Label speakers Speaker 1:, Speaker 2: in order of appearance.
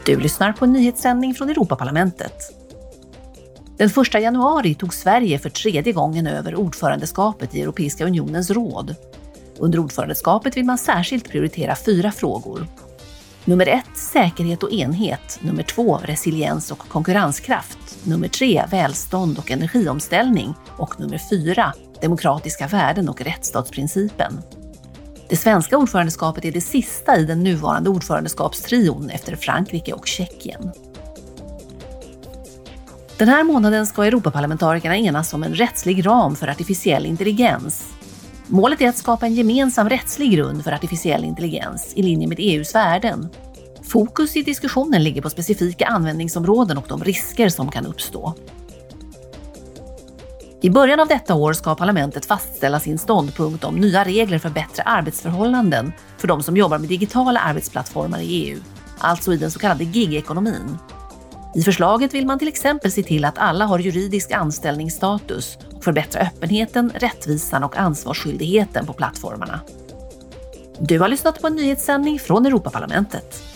Speaker 1: Du lyssnar på en nyhetssändning från Europaparlamentet. Den 1 januari tog Sverige för 3:e gången över ordförandeskapet i Europeiska unionens råd. Under ordförandeskapet vill man särskilt prioritera 4 frågor. Nummer 1, säkerhet och enhet. Nummer 2, resiliens och konkurrenskraft. Nummer 3, välstånd och energiomställning. Och nummer 4, demokratiska värden och rättsstatsprincipen. Det svenska ordförandeskapet är det sista i den nuvarande ordförandeskapstrion efter Frankrike och Tjeckien. Den här månaden ska Europaparlamentarikerna enas om en rättslig ram för artificiell intelligens. Målet är att skapa en gemensam rättslig grund för artificiell intelligens i linje med EU:s värden. Fokus i diskussionen ligger på specifika användningsområden och de risker som kan uppstå. I början av detta år ska parlamentet fastställa sin ståndpunkt om nya regler för bättre arbetsförhållanden för de som jobbar med digitala arbetsplattformar i EU, alltså i den så kallade gig-ekonomin. I förslaget vill man till exempel se till att alla har juridisk anställningsstatus och förbättra öppenheten, rättvisan och ansvarsskyldigheten på plattformarna. Du har lyssnat på en nyhetssändning från Europaparlamentet.